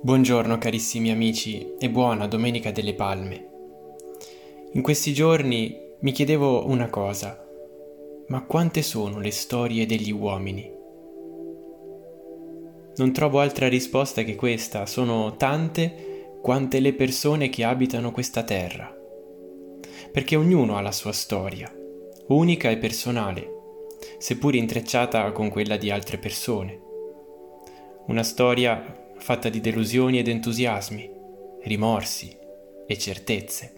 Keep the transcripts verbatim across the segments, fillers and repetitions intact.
Buongiorno carissimi amici e buona Domenica delle Palme. In questi giorni mi chiedevo una cosa, ma quante sono le storie degli uomini? Non trovo altra risposta che questa, sono tante quante le persone che abitano questa terra, perché ognuno ha la sua storia, unica e personale, seppur intrecciata con quella di altre persone. Una storia fatta di delusioni ed entusiasmi, rimorsi e certezze.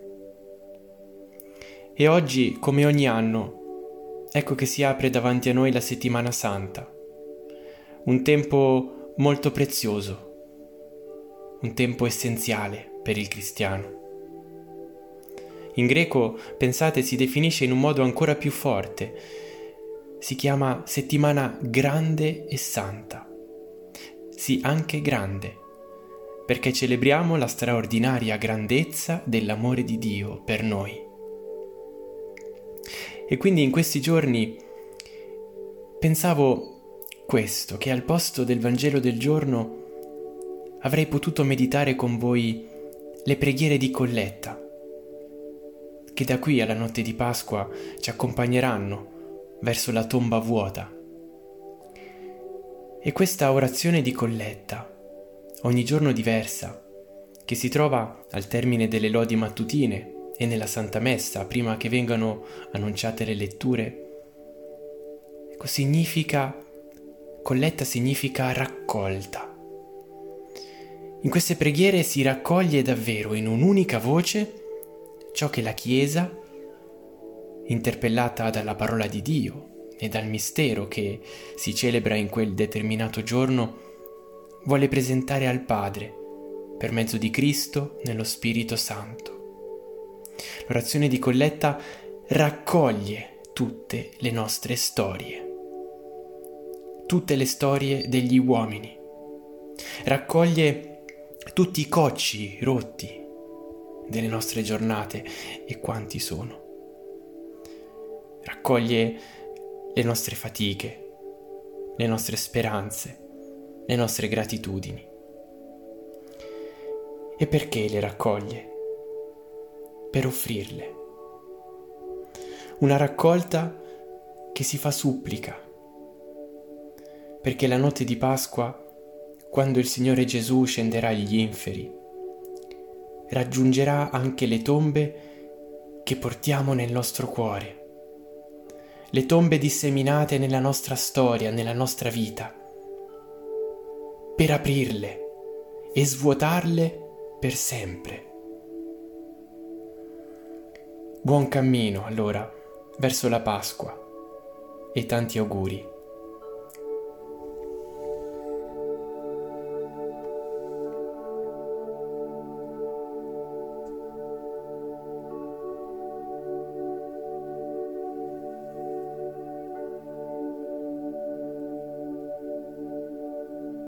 E oggi, come ogni anno, ecco che si apre davanti a noi la Settimana Santa, un tempo molto prezioso, un tempo essenziale per il cristiano. In greco, pensate, si definisce in un modo ancora più forte, si chiama Settimana Grande e Santa. Sì, anche grande, perché celebriamo la straordinaria grandezza dell'amore di Dio per noi. E quindi in questi giorni pensavo questo, che al posto del Vangelo del giorno avrei potuto meditare con voi le preghiere di Colletta, che da qui alla notte di Pasqua ci accompagneranno verso la tomba vuota. E questa orazione di Colletta, ogni giorno diversa, che si trova al termine delle lodi mattutine e nella Santa Messa, prima che vengano annunciate le letture, ecco, significa, Colletta significa raccolta. In queste preghiere si raccoglie davvero in un'unica voce ciò che la Chiesa, interpellata dalla parola di Dio, e dal mistero che si celebra in quel determinato giorno, vuole presentare al Padre per mezzo di Cristo nello Spirito Santo. L'orazione di Colletta raccoglie tutte le nostre storie, tutte le storie degli uomini, raccoglie tutti i cocci rotti delle nostre giornate, e quanti sono. Raccoglie le nostre fatiche, le nostre speranze, le nostre gratitudini. E perché le raccoglie? Per offrirle. Una raccolta che si fa supplica, perché la notte di Pasqua, quando il Signore Gesù scenderà agli inferi, raggiungerà anche le tombe che portiamo nel nostro cuore, le tombe disseminate nella nostra storia, nella nostra vita, per aprirle e svuotarle per sempre. Buon cammino, allora, verso la Pasqua e tanti auguri.